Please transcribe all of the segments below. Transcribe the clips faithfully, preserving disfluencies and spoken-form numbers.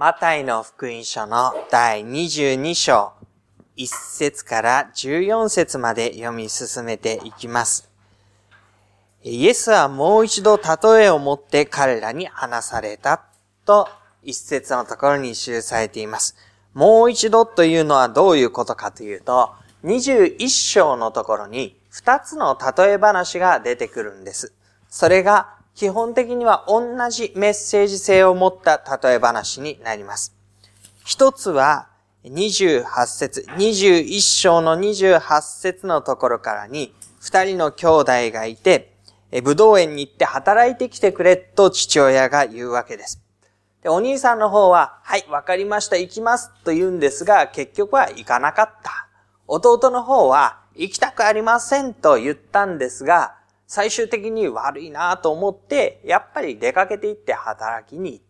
マタイの福音書のだいにじゅうに章、いっ節からじゅうよん節まで読み進めていきます。イエスはもう一度例えを持って彼らに話されたと一節のところに記されています。もう一度というのはどういうことかというと、にじゅういち章のところに二つの例え話が出てくるんです。それが基本的には同じメッセージ性を持った例え話になります。一つはにじゅうはち節、にじゅういち章のにじゅうはち節のところからに二人の兄弟がいて、ぶどう園に行って働いてきてくれと父親が言うわけです。で、お兄さんの方は、はい、わかりました、行きますと言うんですが、結局は行かなかった。弟の方は、行きたくありませんと言ったんですが、最終的に悪いなと思って、やっぱり出かけて行って働きに行った。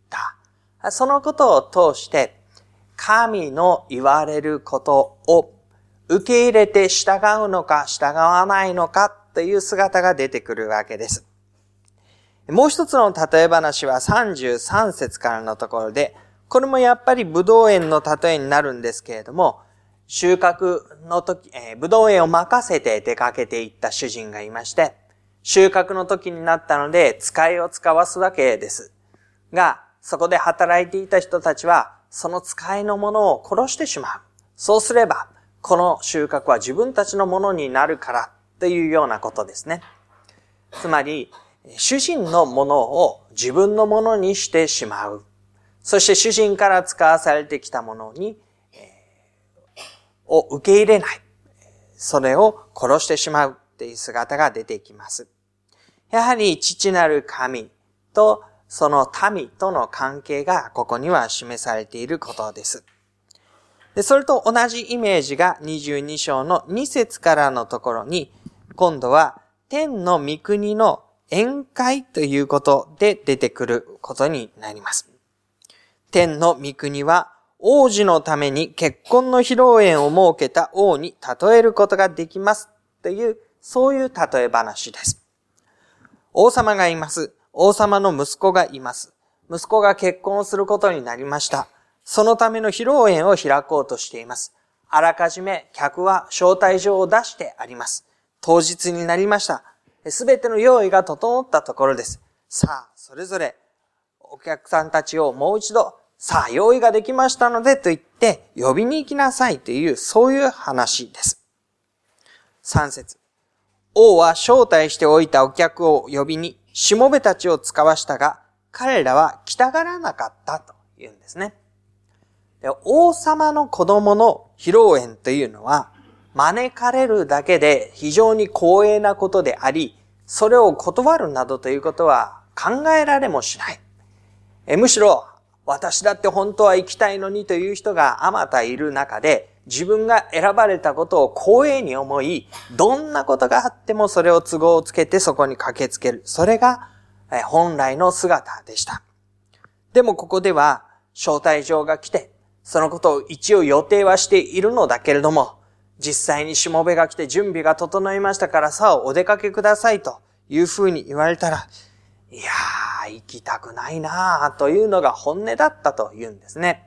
そのことを通して、神の言われることを受け入れて従うのか従わないのかという姿が出てくるわけです。もう一つの例え話はさんじゅうさん節からのところで、これもやっぱりブドウ園の例えになるんですけれども、収穫の時、えー、ブドウ園を任せて出かけていった主人がいまして、収穫の時になったので使いを使わすわけです。が、そこで働いていた人たちは、その使いのものを殺してしまう。そうすれば、この収穫は自分たちのものになるからというようなことですね。つまり、主人のものを自分のものにしてしまう。そして主人から使わされてきたものに、えー、を受け入れない。それを殺してしまうという姿が出てきます。やはり父なる神とその民との関係がここには示されていることです。で、それと同じイメージがにじゅうに章のに節からのところに、今度は天の御国の宴会ということで出てくることになります。天の御国は王子のために結婚の披露宴を設けた王に例えることができますという、そういう例え話です。王様がいます。王様の息子がいます。息子が結婚することになりました。そのための披露宴を開こうとしています。あらかじめ客は招待状を出してあります。当日になりました。すべての用意が整ったところです。さあ、それぞれお客さんたちをもう一度、さあ、用意ができましたのでと言って呼びに行きなさいという、そういう話です。さん節。王は招待しておいたお客を呼びに、しもべたちを使わしたが、彼らは来たがらなかったというんですね。で、王様の子供の披露宴というのは、招かれるだけで非常に光栄なことであり、それを断るなどということは考えられもしない。えむしろ、私だって本当は行きたいのにという人があまたいる中で、自分が選ばれたことを光栄に思い、どんなことがあってもそれを都合をつけてそこに駆けつける。それが本来の姿でした。でもここでは招待状が来て、そのことを一応予定はしているのだけれども、実際にしもべが来て準備が整いましたからさあお出かけくださいというふうに言われたら、いやー行きたくないなーというのが本音だったというんですね。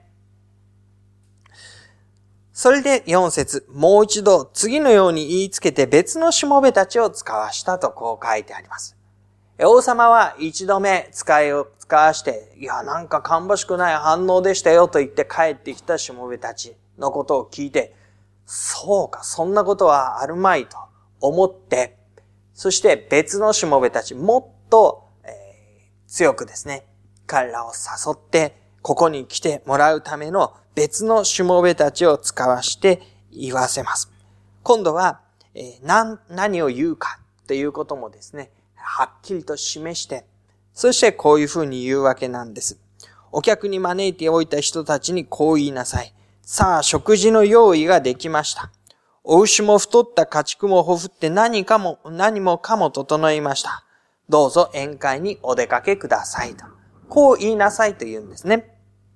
それでよん節、もう一度次のように言いつけて別のしもべたちを使わしたとこう書いてあります。王様は一度目使いを使わして、いやなんか芳しくない反応でしたよと言って帰ってきたしもべたちのことを聞いて、そうか、そんなことはあるまいと思って、そして別のしもべたち、もっと、えー、強くですね、彼らを誘ってここに来てもらうための別のしもべたちを使わして言わせます。今度は、えー、何、何を言うかということもですね、はっきりと示して、そしてこういうふうに言うわけなんです。お客に招いておいた人たちにこう言いなさい。さあ、食事の用意ができました。お牛も太った家畜もほふって何かも、何もかも整いました。どうぞ宴会にお出かけくださいと。こう言いなさいと言うんですね。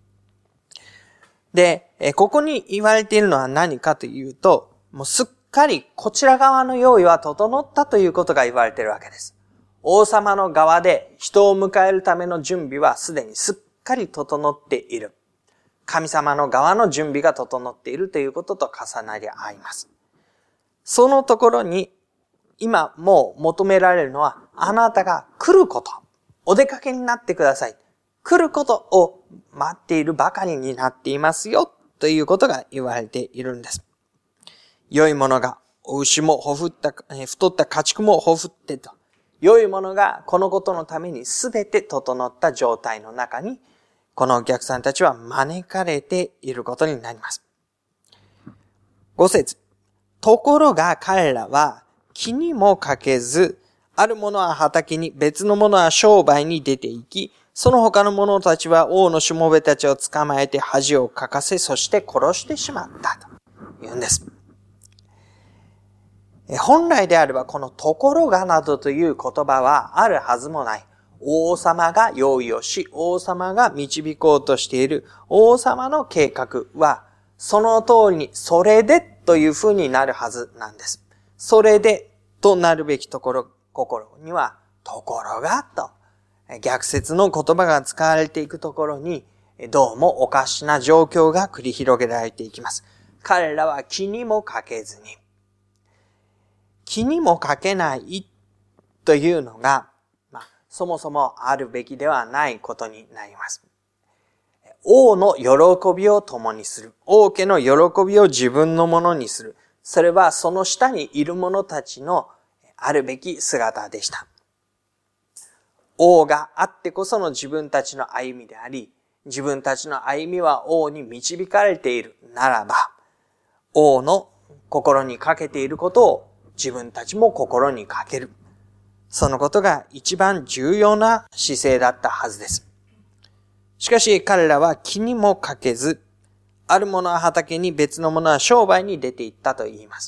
で、ここに言われているのは何かというと、もうすっかりこちら側の用意は整ったということが言われているわけです。王様の側で人を迎えるための準備はすでにすっかり整っている。 神様の側の準備が整っているということと重なり合います。そのところに、今もう求められるのは、あなたが来ること。お出かけになってください。来ることを待っているばかりになっていますよ、ということが言われているんです。良いものが、お牛もほふった、太った家畜もほふってと。良いものがこのことのためにすべて整った状態の中に、このお客さんたちは招かれていることになります。ご節。ところが彼らは気にもかけず、ある者は畑に、別の者は商売に出て行き、その他の者たちは王のしもべたちを捕まえて恥をかかせ、そして殺してしまったと言うんです。本来であればこのところがなどという言葉はあるはずもない。王様が用意をし、王様が導こうとしている王様の計画は、その通りに、それでというふうになるはずなんです。それでとなるべきところ、心には、ところがと、逆説の言葉が使われていくところに、どうもおかしな状況が繰り広げられていきます。彼らは気にもかけずに、気にもかけないというのが、まあ、そもそもあるべきではないことになります。王の喜びを共にする。王家の喜びを自分のものにする。それはその下にいる者たちのあるべき姿でした。王があってこその自分たちの歩みであり、自分たちの歩みは王に導かれているならば、王の心にかけていることを自分たちも心にかける。そのことが一番重要な姿勢だったはずです。しかし彼らは気にもかけず、ある者は畑に、別の者は商売に出て行ったと言います。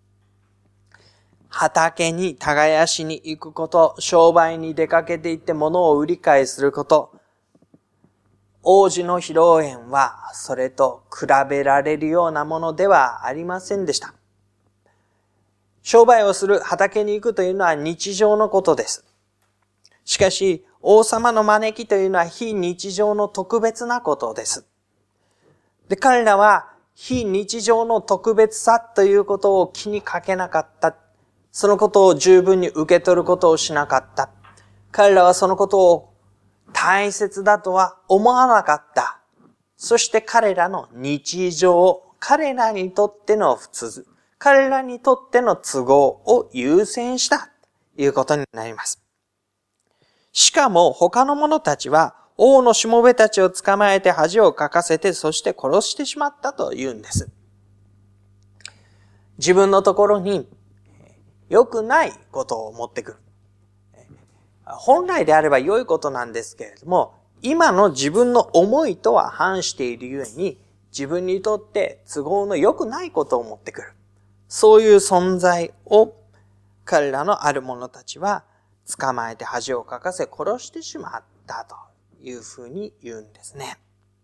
畑に耕しに行くこと、商売に出かけて行って物を売り買いすること、王子の披露宴はそれと比べられるようなものではありませんでした。商売をする、畑に行くというのは日常のことです。しかし、王様の招きというのは非日常の特別なことです。で、彼らは非日常の特別さということを気にかけなかった。そのことを十分に受け取ることをしなかった。彼らはそのことを大切だとは思わなかった。そして彼らの日常、彼らにとっての普通、彼らにとっての都合を優先したということになります。しかも他の者たちは王のしもべたちを捕まえて恥をかかせて、そして殺してしまったと言うんです。自分のところに良くないことを持ってくる。本来であれば良いことなんですけれども、今の自分の思いとは反しているゆえに、自分にとって都合の良くないことを持ってくる。そういう存在を彼らのある者たちは捕まえて恥をかかせ殺してしまったというふうに言うんですね。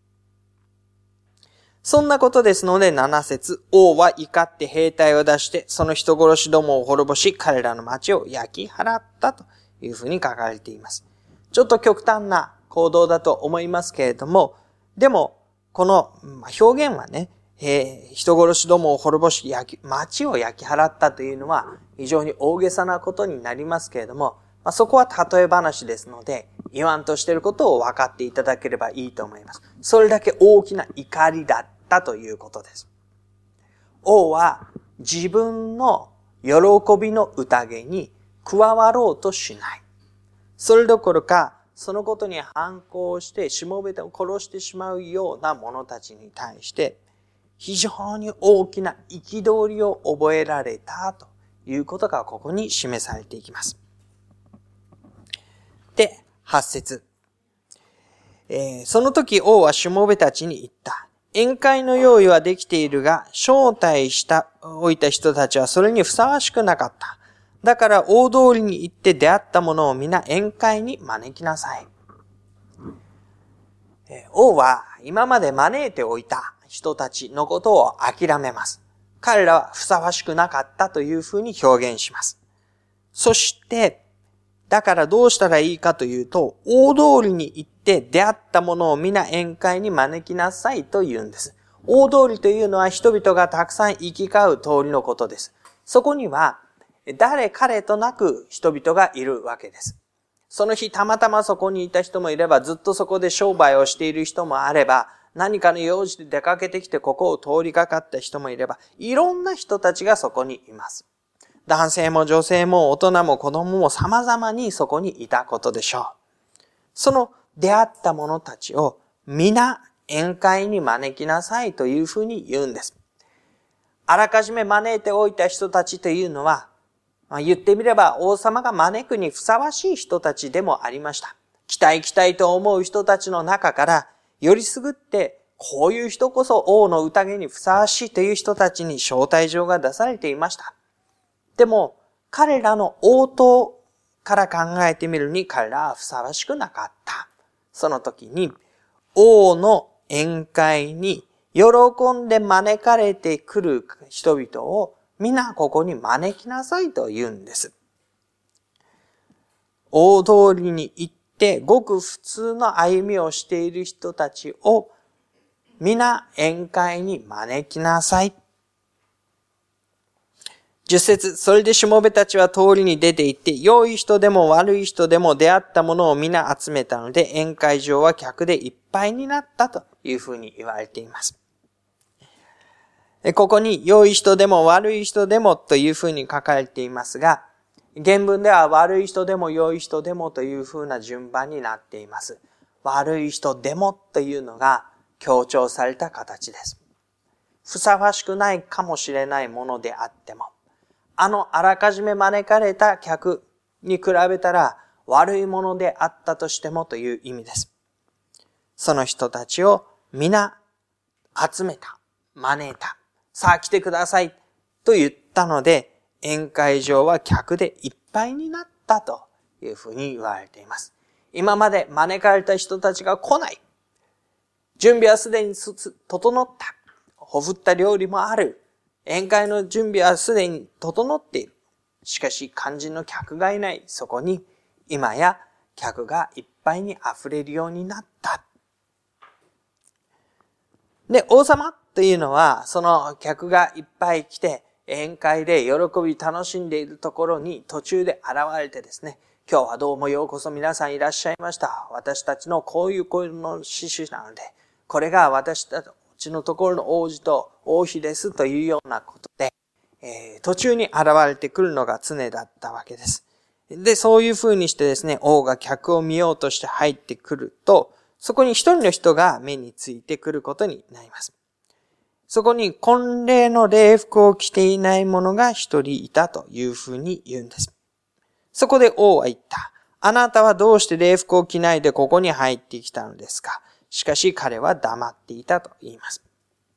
そんなことですので、なな節、王は怒って兵隊を出して、その人殺しどもを滅ぼし、彼らの町を焼き払ったというふうに書かれています。ちょっと極端な行動だと思いますけれども、でも、この表現はね、えー、人殺しどもを滅ぼし、焼き、町を焼き払ったというのは非常に大げさなことになりますけれども、まあ、そこは例え話ですので、言わんとしていることを分かっていただければいいと思います。それだけ大きな怒りだったということです。王は自分の喜びの宴に加わろうとしない。それどころか、そのことに反抗してしもべてを殺してしまうような者たちに対して、非常に大きな憤りを覚えられたということがここに示されていきます。で、はち節、えー、その時王はしもべたちに言った。宴会の用意はできているが、招待したおいた人たちはそれにふさわしくなかった。だから大通りに行って出会った者を皆宴会に招きなさい。えー、王は今まで招いておいた人たちのことを諦めます。彼らはふさわしくなかったというふうに表現します。そして、 だからどうしたらいいかというと、大通りに行って出会ったものを皆宴会に招きなさいと言うんです。大通りというのは人々がたくさん行き交う通りのことです。そこには誰彼となく人々がいるわけです。その日たまたまそこにいた人もいれば、ずっとそこで商売をしている人もあれば、何かの用事で出かけてきてここを通りかかった人もいれば、いろんな人たちがそこにいます。男性も女性も大人も子供も様々にそこにいたことでしょう。その出会った者たちを皆宴会に招きなさいというふうに言うんです。あらかじめ招いておいた人たちというのは、まあ、言ってみれば王様が招くにふさわしい人たちでもありました。来たい来たいと思う人たちの中から、よりすぐって、こういう人こそ王の宴にふさわしいという人たちに招待状が出されていました。でも、彼らの応答から考えてみるに彼らはふさわしくなかった。その時に、王の宴会に喜んで招かれてくる人々を皆ここに招きなさいと言うんです。大通りに行ってごく普通の歩みをしている人たちを皆宴会に招きなさい。十節、それでしもべたちは通りに出て行って、良い人でも悪い人でも出会ったものを皆集めたので、宴会場は客でいっぱいになったというふうに言われています。ここに良い人でも悪い人でもというふうに書かれていますが、原文では悪い人でも良い人でもというふうな順番になっています。悪い人でもというのが強調された形です。ふさわしくないかもしれないものであっても、あのあらかじめ招かれた客に比べたら悪いものであったとしてもという意味です。その人たちを皆集めた、招いた。さあ来てくださいと言ったので、宴会場は客でいっぱいになったというふうに言われています。今まで招かれた人たちが来ない。準備はすでに整った。ほふった料理もある。宴会の準備はすでに整っている。しかし肝心の客がいない。そこに今や客がいっぱいに溢れるようになった。で、王様というのはその客がいっぱい来て宴会で喜び楽しんでいるところに途中で現れてですね、今日はどうもようこそ皆さんいらっしゃいました。私たちのこういう声の獅子なので、これが私たちのところの王子と王妃ですというようなことで、えー、途中に現れてくるのが常だったわけです。で、そういう風にしてですね、王が客を見ようとして入ってくると、そこに一人の人が目についてくることになります。そこに婚礼の礼服を着ていない者が一人いたという風に言うんです。そこで王は言った。あなたはどうして礼服を着ないでここに入ってきたのですか？しかし彼は黙っていたと言います。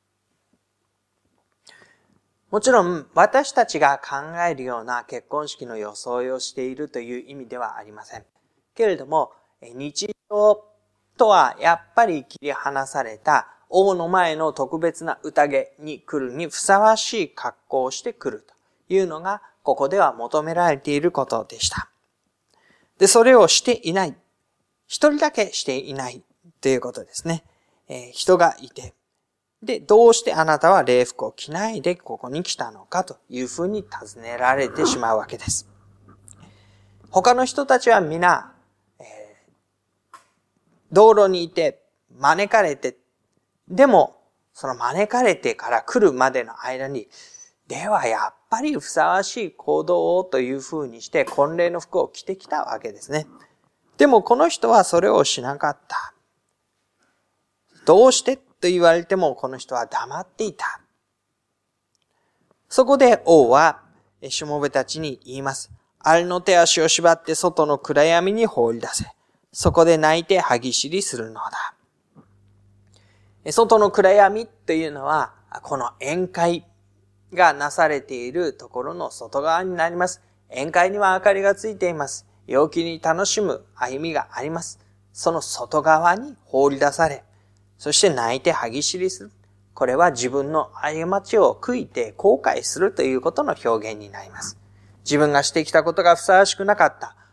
もちろん私たちが考えるような結婚式の装いをしているという意味ではありません。けれども日常とはやっぱり切り離された王の前の特別な宴に来るにふさわしい格好をして来るというのがここでは求められていることでした。で、それをしていない。一人だけしていないということですね。えー、人がいて。で、どうしてあなたは礼服を着ないでここに来たのかというふうに尋ねられてしまうわけです。他の人たちは皆、えー、道路にいて招かれて、でもその招かれてから来るまでの間に、ではやっぱりふさわしい行動をというふうにして婚礼の服を着てきたわけですね。でもこの人はそれをしなかった。どうしてと言われてもこの人は黙っていた。そこで王はしもべたちに言います。アリの手足を縛って外の暗闇に放り出せ。そこで泣いて歯ぎしりするのだ。外の暗闇というのはこの宴会がなされているところの外側になります。宴会には明かりがついています。陽気に楽しむ歩みがあります。その外側に放り出され、そして泣いて歯ぎしりする。これは自分の過ちを悔いて後悔するということの表現になります。自分がしてきたことがふさわしくなかった。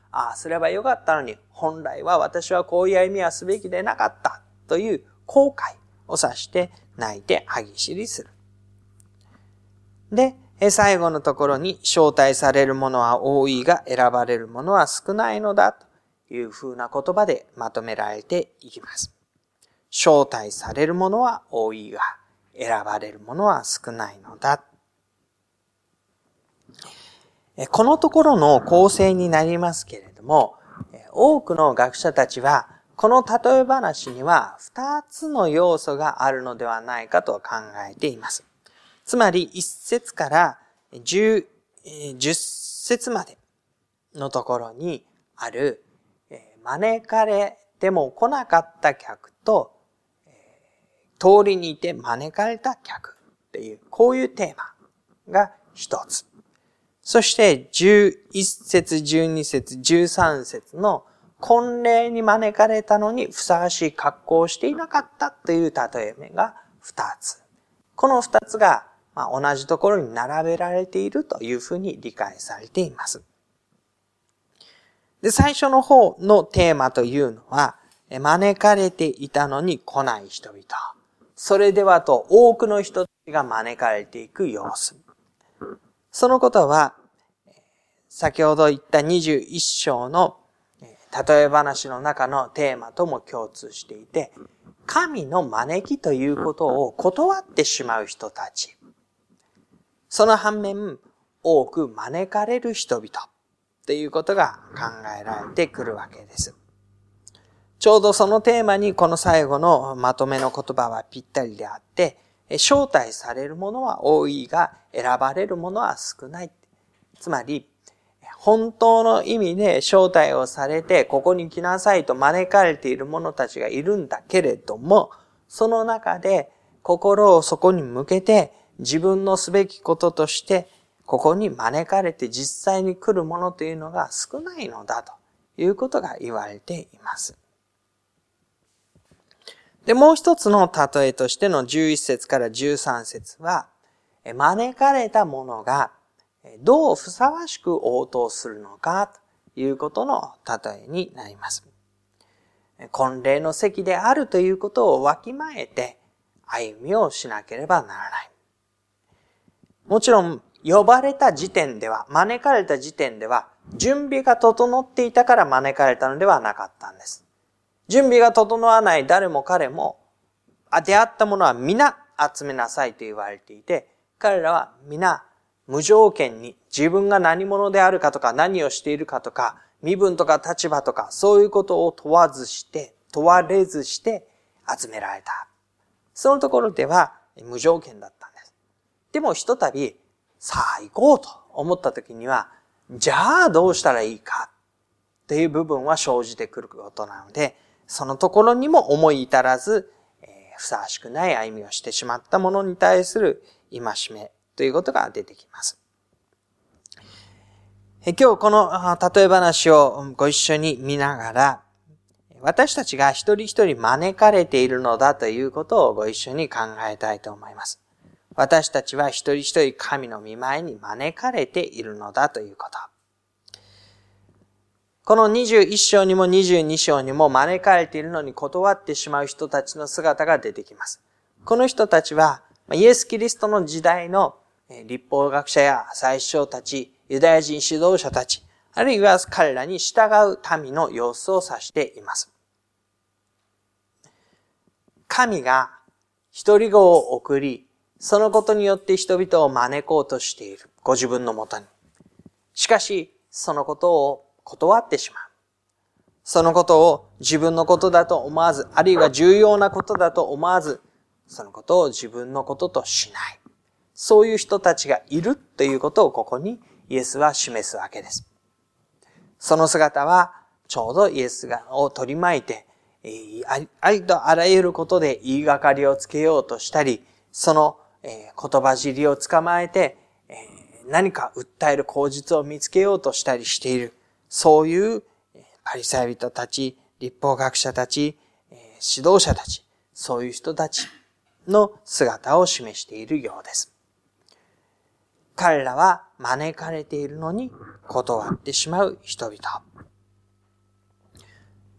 ああすればよかったのに、本来は私はこういう歩みはすべきでなかったという後悔を指して泣いて歯ぎしりする。で、最後のところに招待される者は多いが選ばれる者は少ないのだという風な言葉でまとめられていきます。招待される者は多いが選ばれる者は少ないのだ。このところの構成になりますけれども、多くの学者たちはこの例え話には二つの要素があるのではないかと考えています。つまり一節から十、十節までのところにある招かれても来なかった客と通りにいて招かれた客っていうこういうテーマが一つ。そして十一節、十二節、十三節の婚礼に招かれたのにふさわしい格好をしていなかったという例え目が二つ。この二つがまあ同じところに並べられているというふうに理解されています。で、最初の方のテーマというのは、招かれていたのに来ない人々。それではと多くの人たちが招かれていく様子。そのことは、先ほど言ったにじゅういっ章の例え話の中のテーマとも共通していて、神の招きということを断ってしまう人たち。その反面、多く招かれる人々ということが考えられてくるわけです。ちょうどそのテーマにこの最後のまとめの言葉はぴったりであって、招待される者は多いが選ばれる者は少ない。つまり、本当の意味で招待をされてここに来なさいと招かれている者たちがいるんだけれども、その中で心をそこに向けて自分のすべきこととしてここに招かれて実際に来る者というのが少ないのだということが言われています。で、もう一つの例えとしてのじゅういっ節からじゅうさん節は、招かれた者がどうふさわしく応答するのかということの例えになります。婚礼の席であるということをわきまえて歩みをしなければならない。もちろん呼ばれた時点では、招かれた時点では準備が整っていたから招かれたのではなかったんです。準備が整わない誰も彼も、出会った者は皆集めなさいと言われていて、彼らは皆無条件に自分が何者であるかとか何をしているかとか身分とか立場とかそういうことを問わずして問われずして集められた。そのところでは無条件だったんです。でもひとたびさあ行こうと思った時にはじゃあどうしたらいいかっていう部分は生じてくることなので、そのところにも思い至らず、えー、ふさわしくない歩みをしてしまった者に対する戒めということが出てきます。今日この例え話をご一緒に見ながら、私たちが一人一人招かれているのだということをご一緒に考えたいと思います。私たちは一人一人神の御前に招かれているのだということ。このにじゅういっ章にもにじゅうに章にも招かれているのに断ってしまう人たちの姿が出てきます。この人たちはイエス・キリストの時代の律法学者や祭司長たち、ユダヤ人指導者たち、あるいは彼らに従う民の様子を指しています。神が一人子を送り、そのことによって人々を招こうとしている。ご自分のもとに。しかし、そのことを断ってしまう。そのことを自分のことだと思わず、あるいは重要なことだと思わず、そのことを自分のこととしない。そういう人たちがいるということをここにイエスは示すわけです。その姿はちょうどイエスを取り巻いて、ありとあらゆることで言いがかりをつけようとしたり、その言葉尻を捕まえて何か訴える口実を見つけようとしたりしている。そういうパリサイ人たち、律法学者たち、指導者たち、そういう人たちの姿を示しているようです。彼らは招かれているのに断ってしまう人々。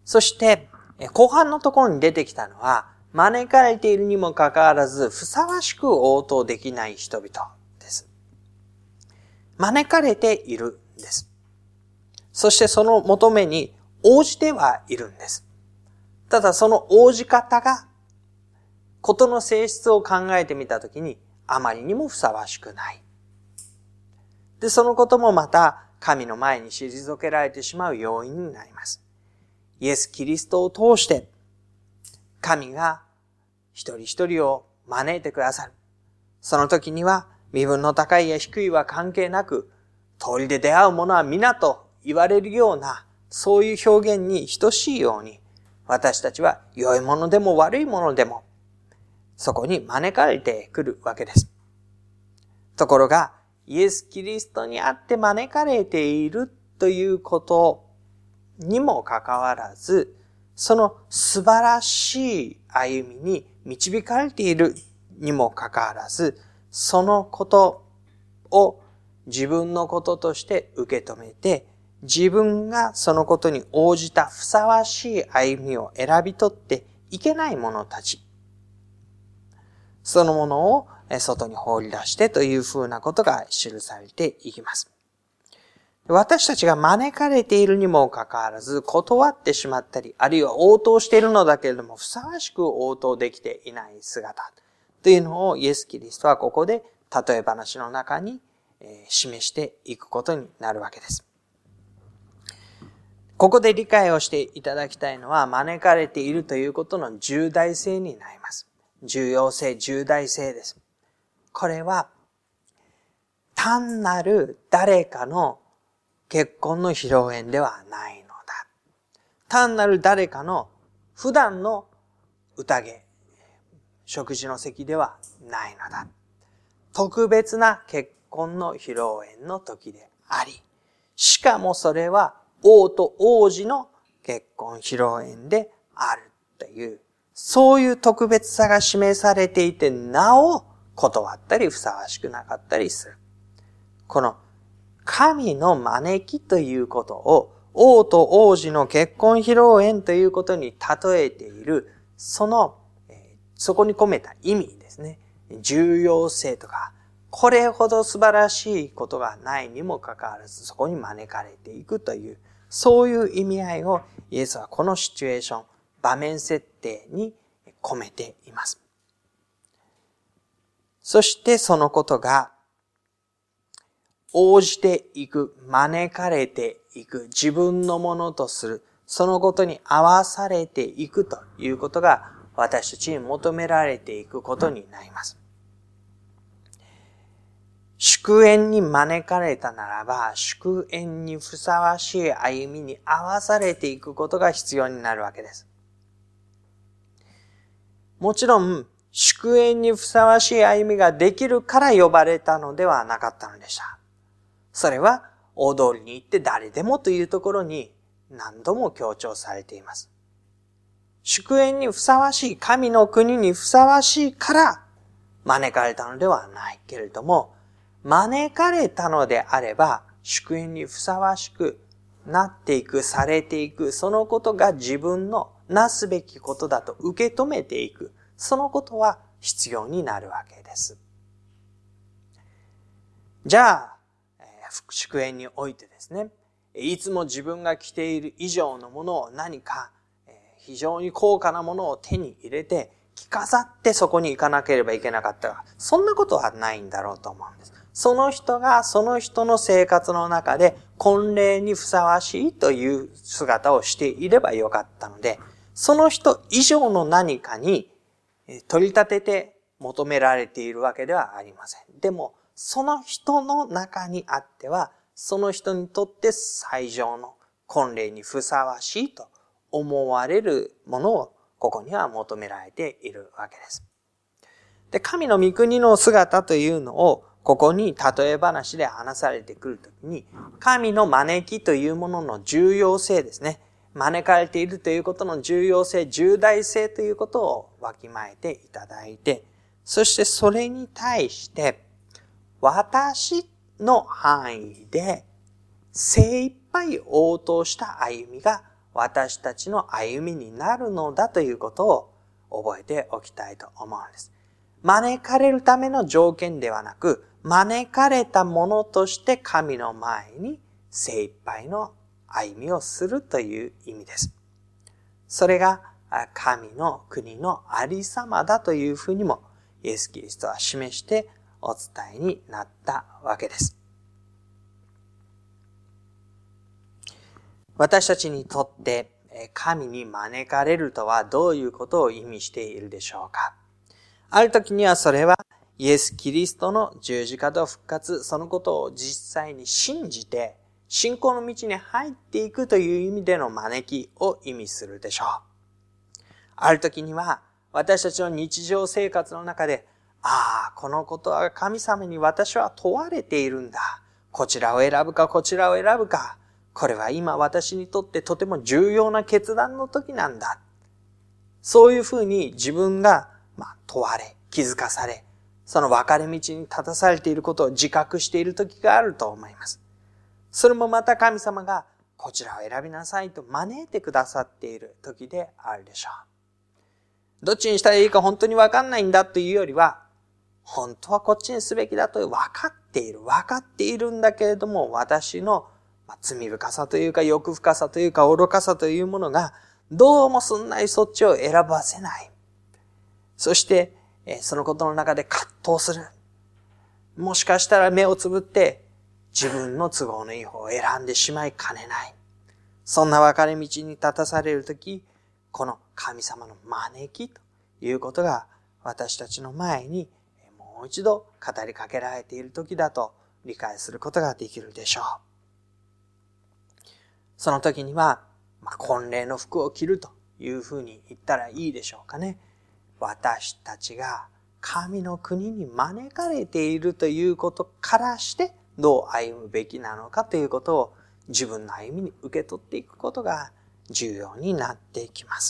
そして、後半のところに出てきたのは、招かれているにもかかわらず、ふさわしく応答できない人々です。招かれているんです。そしてその求めに応じてはいるんです。ただその応じ方が、ことの性質を考えてみたときに、あまりにもふさわしくない。で、そのこともまた、神の前に退けられてしまう要因になります。イエス・キリストを通して、神が一人一人を招いてくださる。その時には、身分の高いや低いは関係なく、通りで出会う者は皆と言われるような、そういう表現に等しいように、私たちは良いものでも悪いものでも、そこに招かれてくるわけです。ところが、イエス・キリストにあって招かれているということにもかかわらず、その素晴らしい歩みに導かれているにもかかわらず、そのことを自分のこととして受け止めて、自分がそのことに応じたふさわしい歩みを選び取っていけない者たち、そのものを外に放り出してというふうなことが記されていきます。私たちが招かれているにもかかわらず断ってしまったり、あるいは応答しているのだけれどもふさわしく応答できていない姿というのをイエス・キリストはここで例え話の中に示していくことになるわけです。ここで理解をしていただきたいのは、招かれているということの重大性になります。重要性、重大性です。これは単なる誰かの結婚の披露宴ではないのだ。単なる誰かの普段の宴、食事の席ではないのだ。特別な結婚の披露宴の時であり、しかもそれは王と王子の結婚披露宴であるという、そういう特別さが示されていて、なお断ったりふさわしくなかったりする。この神の招きということを王と王子の結婚披露宴ということに例えている、その、えー、そこに込めた意味ですね。重要性とか、これほど素晴らしいことがないにもかかわらず、そこに招かれていくという、そういう意味合いをイエスはこのシチュエーション、場面設定に込めています。そしてそのことが、応じていく、招かれていく、自分のものとする、そのことに合わされていくということが、私たちに求められていくことになります。祝宴に招かれたならば、祝宴にふさわしい歩みに合わされていくことが必要になるわけです。もちろん、祝宴にふさわしい歩みができるから呼ばれたのではなかったのでした。それは、大通りに行って誰でもというところに何度も強調されています。祝宴にふさわしい、神の国にふさわしいから招かれたのではないけれども、招かれたのであれば、祝宴にふさわしくなっていく、されていく、そのことが自分のなすべきことだと受け止めていく、そのことは必要になるわけです。じゃあ、祝宴においてですね、いつも自分が着ている以上のものを何か非常に高価なものを手に入れて着飾ってそこに行かなければいけなかったが、そんなことはないんだろうと思うんです。その人がその人の生活の中で婚礼にふさわしいという姿をしていればよかったので、その人以上の何かに取り立てて求められているわけではありません。でも、その人の中にあっては、その人にとって最上の婚礼にふさわしいと思われるものをここには求められているわけです。で、神の御国の姿というのをここに例え話で話されてくるときに、神の招きというものの重要性ですね。招かれているということの重要性、重大性ということをわきまえていただいて、そしてそれに対して、私の範囲で精一杯応答した歩みが私たちの歩みになるのだということを覚えておきたいと思うんです。招かれるための条件ではなく、招かれたものとして神の前に精一杯の歩みをするという意味です。それが神の国のありさまだというふうにもイエス・キリストは示してお伝えになったわけです。私たちにとって神に招かれるとはどういうことを意味しているでしょうか。ある時にはそれはイエス・キリストの十字架と復活、そのことを実際に信じて信仰の道に入っていくという意味での招きを意味するでしょう。ある時には私たちの日常生活の中で、ああ、このことは神様に私は問われているんだ。こちらを選ぶかこちらを選ぶか。これは今私にとってとても重要な決断の時なんだ。そういうふうに自分が、まあ、問われ、気づかされ、その分かれ道に立たされていることを自覚している時があると思います。それもまた神様がこちらを選びなさいと招いてくださっている時であるでしょう。どっちにしたらいいか本当に分かんないんだというよりは、本当はこっちにすべきだと分かっている。分かっているんだけれども、私の罪深さというか欲深さというか愚かさというものがどうもすんなりそっちを選ばせない。そしてそのことの中で葛藤する。もしかしたら目をつぶって自分の都合のいい方を選んでしまいかねない。そんな分かれ道に立たされるとき、この神様の招きということが私たちの前にもう一度語りかけられているときだと理解することができるでしょう。その時には、まあ、婚礼の服を着るというふうに言ったらいいでしょうかね。私たちが神の国に招かれているということからしてどう歩むべきなのかということを自分の歩みに受け取っていくことが重要になっていきます。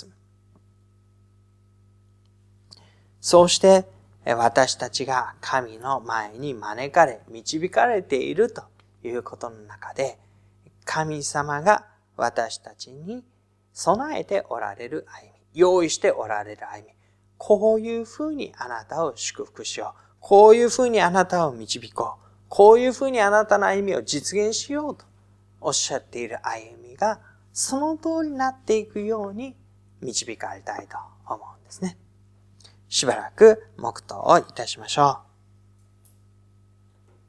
そうして私たちが神の前に招かれ導かれているということの中で、神様が私たちに備えておられる歩み、用意しておられる歩み、こういうふうにあなたを祝福しよう。こういうふうにあなたを導こう。こういうふうにあなたの歩みを実現しようとおっしゃっている歩みがその通りになっていくように導かれたいと思うんですね。しばらく黙祷をいたしましょう。